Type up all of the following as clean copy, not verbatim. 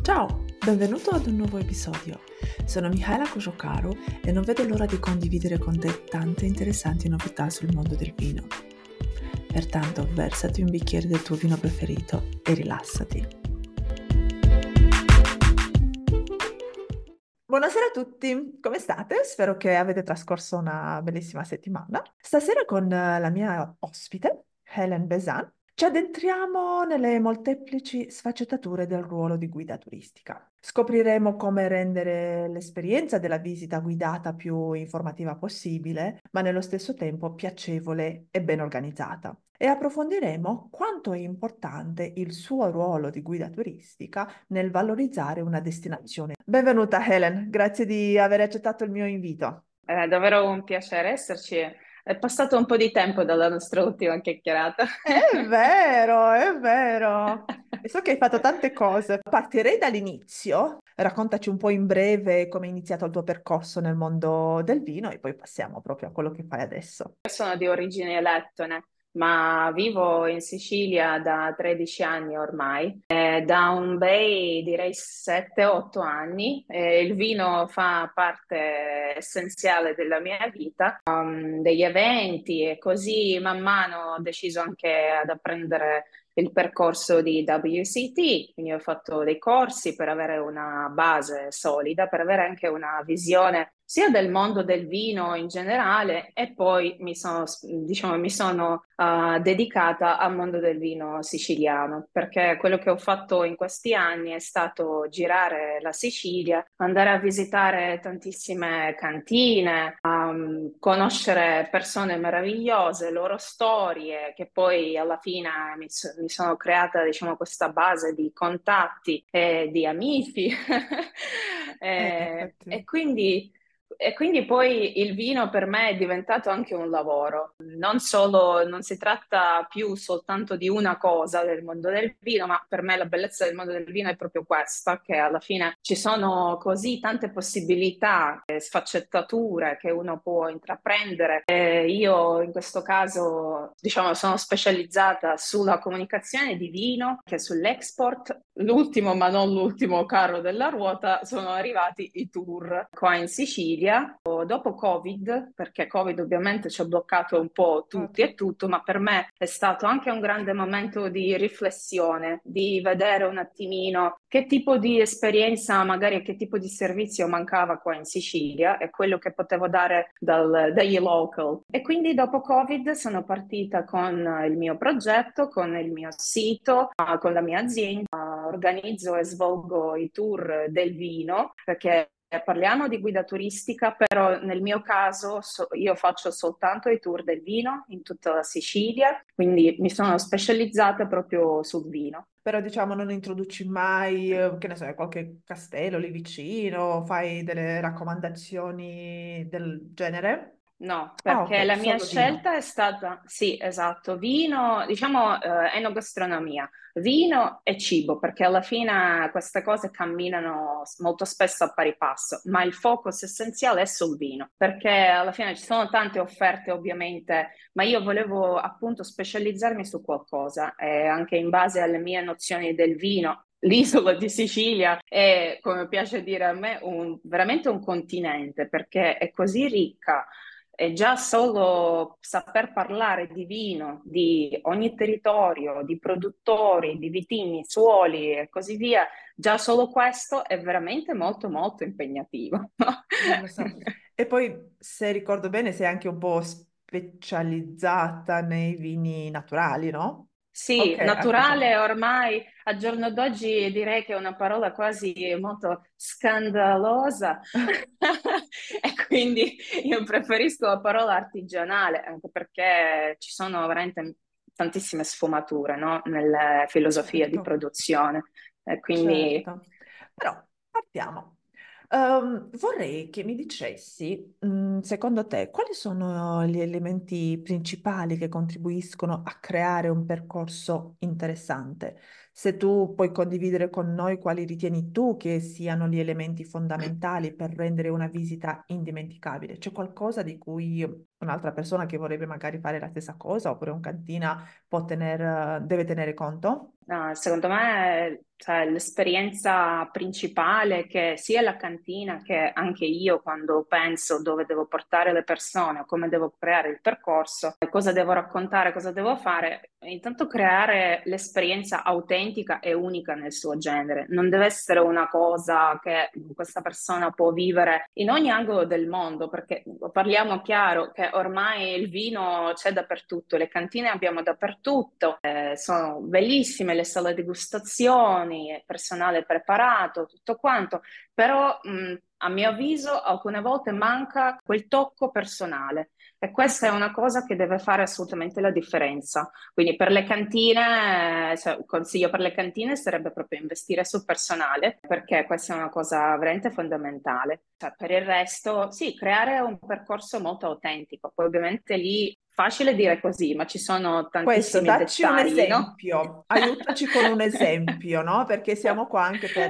Ciao, benvenuto ad un nuovo episodio. Sono Mihaela Kojokaro e non vedo l'ora di condividere con te tante interessanti novità sul mondo del vino. Pertanto, versati un bicchiere del tuo vino preferito e rilassati. Buonasera a tutti, come state? Spero che avete trascorso una bellissima settimana. Stasera con la mia ospite, Helen Besan, ci addentriamo nelle molteplici sfaccettature del ruolo di guida turistica. Scopriremo come rendere l'esperienza della visita guidata più informativa possibile, ma nello stesso tempo piacevole e ben organizzata. E approfondiremo quanto è importante il suo ruolo di guida turistica nel valorizzare una destinazione. Benvenuta Helen, grazie di aver accettato il mio invito. È davvero un piacere esserci. È passato un po' di tempo dalla nostra ultima chiacchierata. È vero, è vero. E so che hai fatto tante cose. Partirei dall'inizio. Raccontaci un po' in breve come è iniziato il tuo percorso nel mondo del vino e poi passiamo proprio a quello che fai adesso. Io sono di origini lettone, ma vivo in Sicilia da 13 anni ormai, da un bei, direi 7-8 anni. Il vino fa parte essenziale della mia vita, degli eventi e così man mano ho deciso anche ad apprendere il percorso di WCT, quindi ho fatto dei corsi per avere una base solida, per avere anche una visione sia del mondo del vino in generale e poi mi sono dedicata al mondo del vino siciliano, perché quello che ho fatto in questi anni è stato girare la Sicilia, andare a visitare tantissime cantine, conoscere persone meravigliose, loro storie, che poi alla fine mi sono creata, diciamo, questa base di contatti e di amici. E, Infatti. e quindi, e quindi poi il vino per me è diventato anche un lavoro. Non si tratta più soltanto di una cosa del mondo del vino, ma per me la bellezza del mondo del vino è proprio questa, che alla fine ci sono così tante possibilità, sfaccettature che uno può intraprendere. E io in questo caso, diciamo, sono specializzata sulla comunicazione di vino, che sull'export. L'ultimo, ma non l'ultimo carro della ruota, sono arrivati i tour qua in Sicilia dopo Covid, perché Covid ovviamente ci ha bloccato un po' Ah, tutti e tutto. tutto, ma per me è stato anche un grande momento di riflessione, di vedere un attimino che tipo di esperienza, magari che tipo di servizio mancava qua in Sicilia e quello che potevo dare dagli local. E quindi dopo Covid sono partita con il mio progetto, con il mio sito, con la mia azienda. Organizzo e svolgo i tour del vino perché parliamo di guida turistica, però nel mio caso io faccio soltanto i tour del vino in tutta la Sicilia, quindi mi sono specializzata proprio sul vino. Però diciamo non introduci mai, che ne so, qualche castello lì vicino, fai delle raccomandazioni del genere? No, Ah, perché ok, la mia solo vino. scelta è stata, sì, esatto, vino, diciamo, enogastronomia, vino e cibo, perché alla fine queste cose camminano molto spesso a pari passo, ma il focus essenziale è sul vino, perché alla fine ci sono tante offerte ovviamente, ma io volevo appunto specializzarmi su qualcosa, e anche in base alle mie nozioni del vino. L'isola di Sicilia è, come piace dire a me, veramente un continente perché è così ricca e già solo saper parlare di vino, di ogni territorio, di produttori, di vitigni, suoli e così via, già solo questo è veramente molto molto impegnativo. Lo so. E poi, se ricordo bene, sei anche un po' specializzata nei vini naturali, no? Ok, Sì, artigianali. naturale ormai al giorno d'oggi direi che è una parola quasi molto scandalosa e quindi io preferisco la parola artigianale anche perché ci sono veramente tantissime sfumature, no? Nelle filosofie di Certo. produzione e quindi Certo, però partiamo. Vorrei che mi dicessi, secondo te, quali sono gli elementi principali che contribuiscono a creare un percorso interessante? Se tu puoi condividere con noi quali ritieni tu che siano gli elementi fondamentali per rendere una visita indimenticabile, c'è qualcosa di cui un'altra persona che vorrebbe magari fare la stessa cosa, oppure un cantina deve tenere conto? No, secondo me, cioè, l'esperienza principale è che sia la cantina che anche io quando penso dove devo portare le persone o come devo creare il percorso, cosa devo raccontare, cosa devo fare, intanto creare l'esperienza autentica e unica nel suo genere. Non deve essere una cosa che questa persona può vivere in ogni angolo del mondo, perché parliamo chiaro che ormai il vino c'è dappertutto, le cantine abbiamo dappertutto, sono bellissime le sale degustazioni, personale preparato, tutto quanto, però a mio avviso alcune volte manca quel tocco personale e questa è una cosa che deve fare assolutamente la differenza. Quindi per le cantine, cioè, il consiglio per le cantine sarebbe proprio investire sul personale, perché questa è una cosa veramente fondamentale. Cioè, per il resto, sì, creare un percorso molto autentico. Poi ovviamente lì facile dire così, ma ci sono Questo, tantissimi dacci un dettagli, no? esempio, aiutaci con un esempio, no? Perché siamo qua anche per,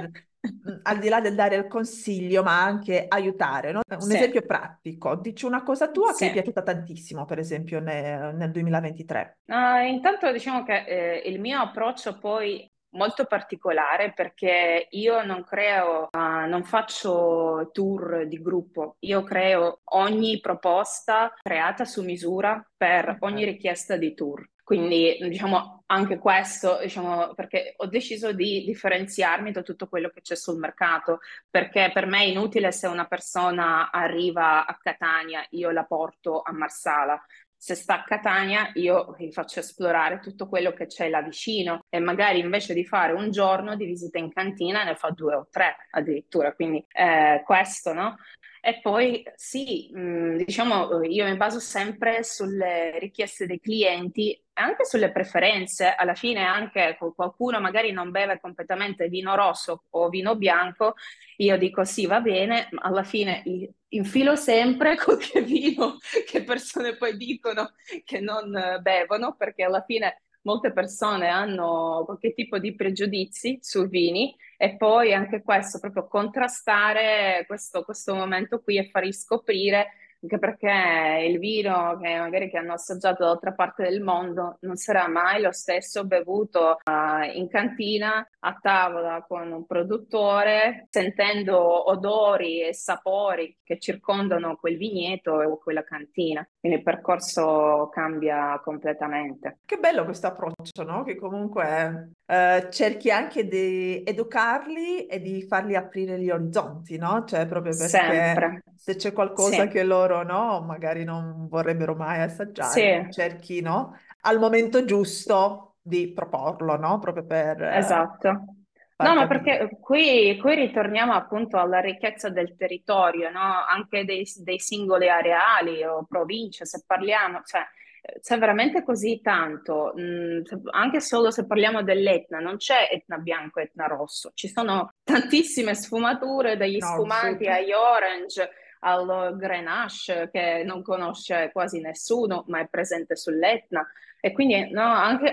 al di là del dare il consiglio, ma anche aiutare, no? Un Sì, esempio pratico. Dici una cosa tua che sì. è piaciuta tantissimo, per esempio, nel 2023. Intanto diciamo che il mio approccio poi molto particolare perché io non creo, non faccio tour di gruppo, io creo ogni proposta creata su misura per ogni Ok. richiesta di tour. Quindi diciamo anche questo, diciamo, perché ho deciso di differenziarmi da tutto quello che c'è sul mercato, perché per me è inutile se una persona arriva a Catania, io la porto a Marsala. Se sta a Catania, io gli faccio esplorare tutto quello che c'è là vicino e magari invece di fare un giorno di visita in cantina ne fa due o tre addirittura. Quindi questo, no? E poi sì, diciamo, io mi baso sempre sulle richieste dei clienti e anche sulle preferenze. Alla fine anche qualcuno magari non beve completamente vino rosso o vino bianco, io dico sì, va bene, ma alla fine infilo sempre qualche vino che persone poi dicono che non bevono, perché alla fine molte persone hanno qualche tipo di pregiudizi sui vini e poi anche questo, proprio contrastare questo momento qui e fargli scoprire, anche perché il vino che magari che hanno assaggiato dall'altra parte del mondo non sarà mai lo stesso bevuto in cantina, a tavola con un produttore, sentendo odori e sapori che circondano quel vigneto o quella cantina. Quindi il percorso cambia completamente. Che bello questo approccio, no? Che comunque cerchi anche di educarli e di farli aprire gli orizzonti, no? Cioè, proprio perché Sempre. se c'è qualcosa Sì, che loro, no, magari non vorrebbero mai sì, assaggiare, tu cerchi, no, al momento giusto di proporlo, no? Proprio per esatto. far No, ma capire. perché qui ritorniamo appunto alla ricchezza del territorio, no? Anche dei singoli areali o province, se parliamo, cioè c'è veramente così tanto. Anche solo se parliamo dell'Etna, non c'è Etna bianco e Etna rosso, ci sono tantissime sfumature, dagli Nord, sfumanti sud. agli orange, al Grenache che non conosce quasi nessuno, ma è presente sull'Etna. E quindi no,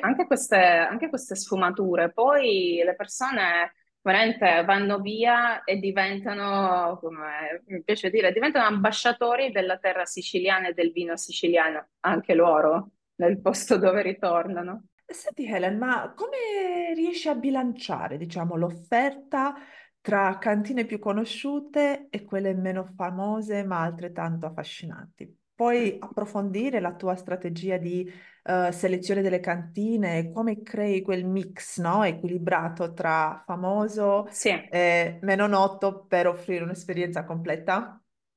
anche queste sfumature, poi le persone veramente vanno via e diventano, come mi piace dire, diventano ambasciatori della terra siciliana e del vino siciliano, anche loro, nel posto dove ritornano. Senti Helen, ma come riesci a bilanciare, diciamo, l'offerta tra cantine più conosciute e quelle meno famose ma altrettanto affascinanti? Puoi approfondire la tua strategia di selezione delle cantine e come crei quel mix, no, equilibrato tra famoso Sì, e meno noto per offrire un'esperienza completa?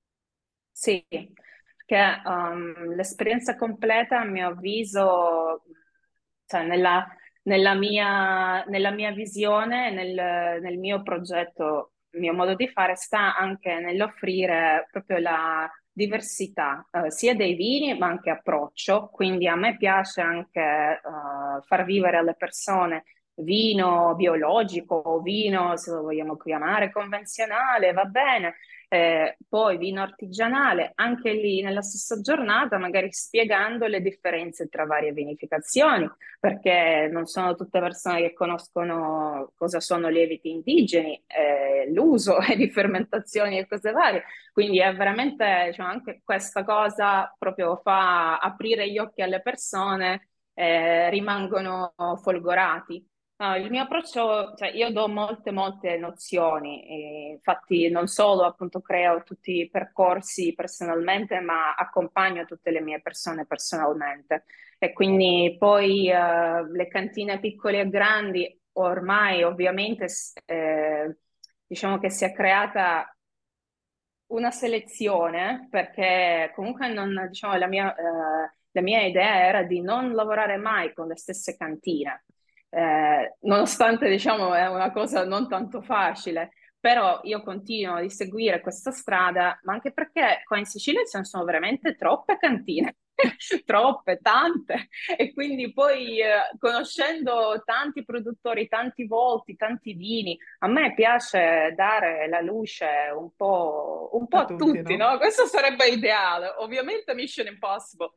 sì, perché l'esperienza completa, a mio avviso, cioè nella mia visione, nel mio progetto, il mio modo di fare sta anche nell'offrire proprio la diversità, sia dei vini ma anche approccio. Quindi a me piace anche far vivere alle persone vino biologico o vino, se lo vogliamo chiamare, convenzionale, va bene. Poi vino artigianale, anche lì nella stessa giornata, magari spiegando le differenze tra varie vinificazioni, perché non sono tutte persone che conoscono cosa sono lieviti indigeni, l'uso di fermentazioni e cose varie. Quindi è veramente, diciamo, anche questa cosa proprio fa aprire gli occhi alle persone, rimangono folgorati. No, il mio approccio, cioè io do molte nozioni, infatti non solo appunto creo tutti i percorsi personalmente, ma accompagno tutte le mie persone personalmente. E quindi poi le cantine piccole e grandi, ormai ovviamente diciamo che si è creata una selezione, perché comunque non, diciamo, la mia idea era di non lavorare mai con le stesse cantine. Nonostante, diciamo, è una cosa non tanto facile, però io continuo di seguire questa strada, ma anche perché qua in Sicilia ci sono veramente troppe cantine, troppe, tante, e quindi poi conoscendo tanti produttori, tanti volti, tanti vini, a me piace dare la luce un po' A a tutti, tutti, no? no? Questo sarebbe ideale. Ovviamente Mission Impossible,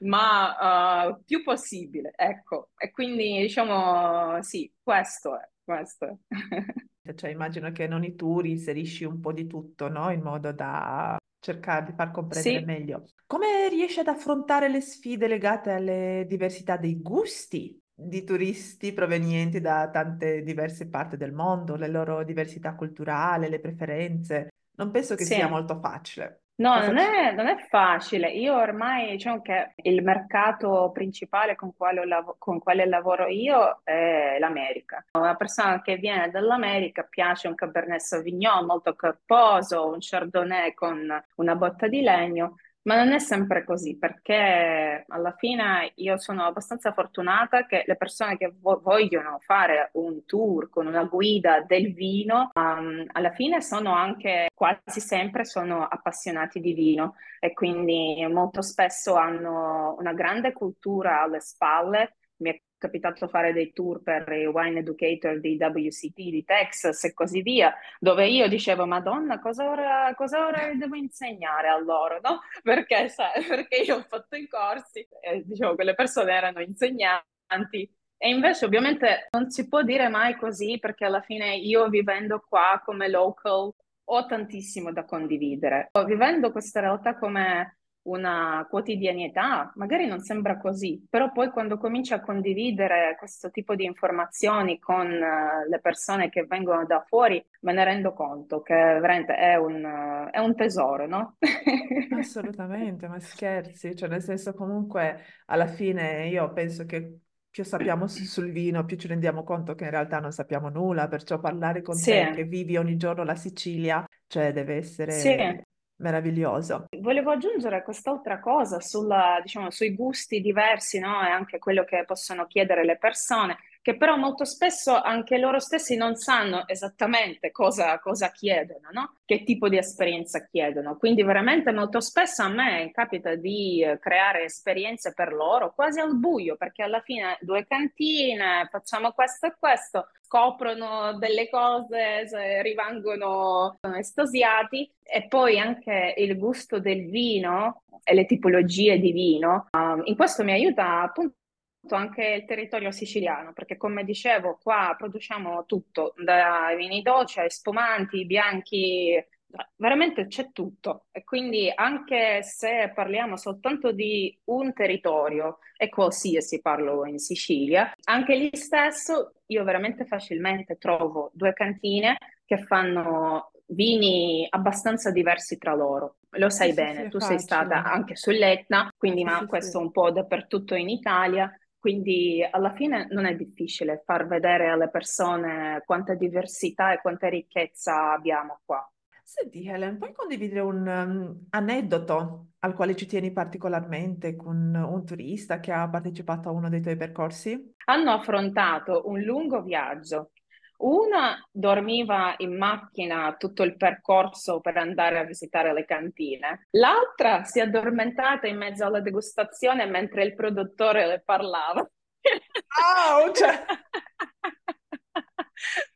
ma più possibile, ecco. E quindi diciamo sì, questo è, questo è. Cioè, immagino che non i tour inserisci un po' di tutto, no? In modo da cercare di far comprendere Sì, meglio. Come riesci ad affrontare le sfide legate alle diversità dei gusti di turisti provenienti da tante diverse parti del mondo, le loro diversità culturali, le preferenze? Non penso che sì. sia molto facile. No, Cosa ci... non è facile. Io ormai diciamo che il mercato principale con quale lavoro io è l'America. Una persona che viene dall'America piace un Cabernet Sauvignon molto corposo, un Chardonnay con una botta di legno, ma non è sempre così, perché alla fine io sono abbastanza fortunata che le persone che vogliono fare un tour con una guida del vino, alla fine sono anche, quasi sempre sono appassionati di vino e quindi molto spesso hanno una grande cultura alle spalle. Mi è capitato fare dei tour per i wine educator di WCT di Texas e così via, dove io dicevo, Madonna, cosa ora devo insegnare a loro, no? Perché, perché io ho fatto i corsi e dicevo che le persone erano insegnanti e invece ovviamente non si può dire mai così perché alla fine io vivendo qua come local ho tantissimo da condividere. Vivendo questa realtà come una quotidianità, magari non sembra così, però poi quando cominci a condividere questo tipo di informazioni con le persone che vengono da fuori, me ne rendo conto che veramente è un tesoro, no? Assolutamente, ma scherzi, cioè nel senso comunque alla fine io penso che più sappiamo sul vino, più ci rendiamo conto che in realtà non sappiamo nulla, perciò parlare con Sì, te che vivi ogni giorno la Sicilia, cioè deve sì. essere meraviglioso. Volevo aggiungere quest'altra cosa sulla, diciamo, sui gusti diversi, no? E anche quello che possono chiedere le persone, che però molto spesso anche loro stessi non sanno esattamente cosa chiedono, no? Che tipo di esperienza chiedono. Quindi veramente molto spesso a me capita di creare esperienze per loro quasi al buio, perché alla fine due cantine, facciamo questo e questo, scoprono delle cose, rimangono estasiati e poi anche il gusto del vino e le tipologie di vino. In questo mi aiuta appunto anche il territorio siciliano, perché come dicevo, qua produciamo tutto, dai vini dolci ai spumanti, bianchi, veramente c'è tutto. E quindi anche se parliamo soltanto di un territorio, e qualsiasi parlo in Sicilia, anche lì stesso io veramente facilmente trovo due cantine che fanno vini abbastanza diversi tra loro. Lo Sì, sai sì, sì, bene, è tu sei stata facile. anche sull'Etna, quindi Sì, ma sì, questo sì. un po' dappertutto in Italia, quindi alla fine non è difficile far vedere alle persone quanta diversità e quanta ricchezza abbiamo qua. Senti, Helen, puoi condividere un aneddoto al quale ci tieni particolarmente con un turista che ha partecipato a uno dei tuoi percorsi? Hanno affrontato un lungo viaggio. Una dormiva in macchina tutto il percorso per andare a visitare le cantine, l'altra si è addormentata in mezzo alla degustazione mentre il produttore le parlava. Ouch!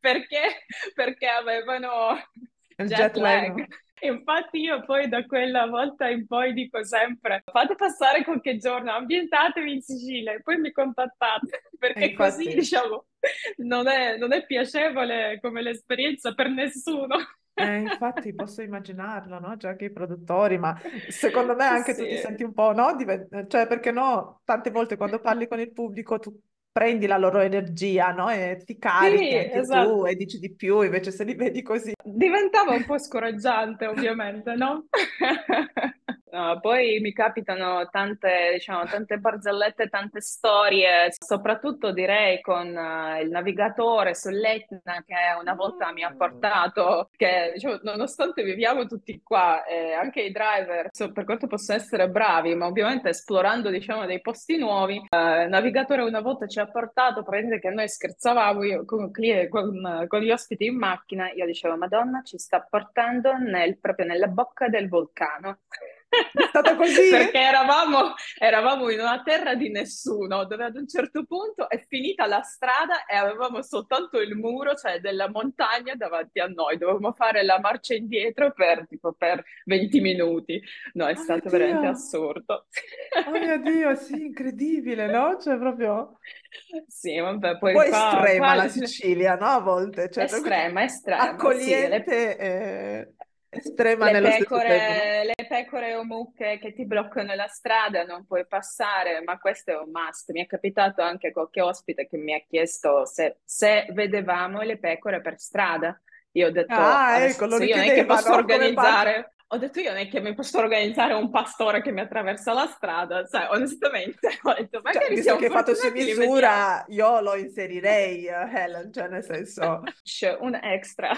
perché avevano Il jet jet lag, lag. no? Infatti io poi da quella volta in poi dico sempre, fate passare qualche giorno, ambientatevi in Sicilia e poi mi contattate, E perché così, infatti, diciamo, non è piacevole come l'esperienza per nessuno. infatti posso immaginarlo, no? Già che i produttori, ma secondo me anche tu ti Sì. senti un po', no? Cioè, perché no? Tante volte quando parli con il pubblico tu prendi la loro energia, no? E ti carichi Sì, anche tu e esatto. dici di più, invece se li vedi così. Diventava un po' scoraggiante, ovviamente, no? No, poi mi capitano tante, diciamo, tante barzellette, tante storie, soprattutto direi con il navigatore sull'Etna che una volta mi ha Mm. portato, che diciamo, nonostante viviamo tutti qua, anche i driver, per quanto possono essere bravi, ma ovviamente esplorando, diciamo, dei posti nuovi, il navigatore una volta ci ha portato, praticamente che noi scherzavamo io, con gli ospiti in macchina, io dicevo, Madonna, ci sta portando proprio nella bocca del vulcano. È stata così? Perché eravamo in una terra di nessuno, dove ad un certo punto è finita la strada e avevamo soltanto il muro, cioè della montagna davanti a noi. Dovevamo fare la marcia indietro per 20 minuti. No, è Oh mio stato Dio! veramente assurdo. Oh mio Dio, sì, incredibile, no? Cioè, proprio Sì, vabbè, un po' poi qua estrema la Sicilia, no? A volte, cioè, estrema, estrema, sì. accogliente e estrema nello stesso tempo, no? Le pecore o mucche che ti bloccano la strada, non puoi passare, ma questo è un must. Mi è capitato anche qualche ospite che mi ha chiesto se vedevamo le pecore per strada. Io ho detto, Ah, ecco, lo adesso io non è che richiedeva, posso no? Come parte... organizzare, ho detto io non è che mi posso organizzare un pastore che mi attraversa la strada, sai, onestamente, ho detto, Cioè, magari visto siamo che hai fatto su fortunati, li vediamo. misura, io lo inserirei, Helen, cioè, nel senso... Un extra.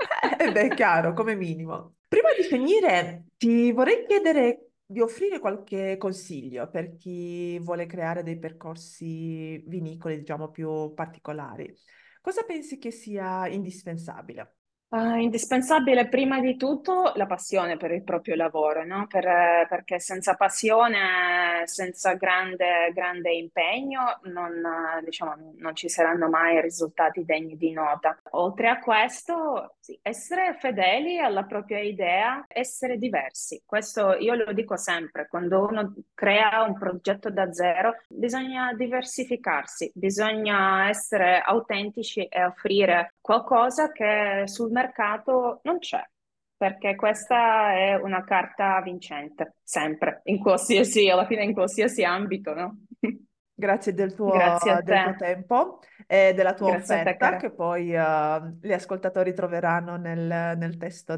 Ed è chiaro, come minimo. Prima di finire, ti vorrei chiedere di offrire qualche consiglio per chi vuole creare dei percorsi vinicoli, diciamo, più particolari. Cosa pensi che sia indispensabile? Indispensabile prima di tutto la passione per il proprio lavoro, no? Perché senza passione, senza grande impegno, diciamo, non ci saranno mai risultati degni di nota. Oltre a questo, sì, essere fedeli alla propria idea, essere diversi. Questo io lo dico sempre, quando uno crea un progetto da zero, bisogna diversificarsi, bisogna essere autentici e offrire qualcosa che sul mercato non c'è, perché questa è una carta vincente, sempre, alla fine in qualsiasi ambito, no? Grazie Grazie a del tuo te, tempo e della tua grazie a te, offerta, cara. che poi gli ascoltatori troveranno nel testo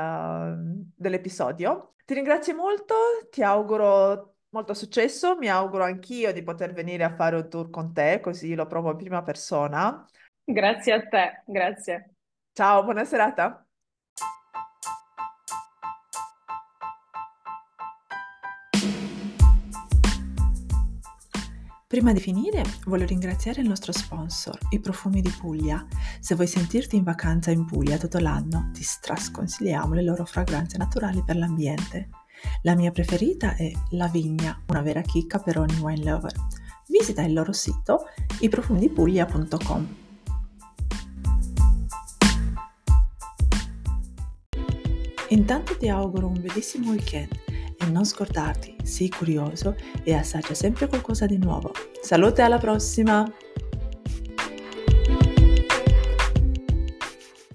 dell'episodio. Ti ringrazio molto, ti auguro molto successo, mi auguro anch'io di poter venire a fare un tour con te, così lo provo in prima persona. Grazie a te, grazie. Ciao, buona serata. Prima di finire, voglio ringraziare il nostro sponsor, i Profumi di Puglia. Se vuoi sentirti in vacanza in Puglia tutto l'anno, ti strasconsigliamo le loro fragranze naturali per l'ambiente. La mia preferita è La Vigna, una vera chicca per ogni wine lover. Visita il loro sito iprofumidipuglia.com. Intanto ti auguro un bellissimo weekend e non scordarti, sii curioso e assaggia sempre qualcosa di nuovo. Salute, alla prossima!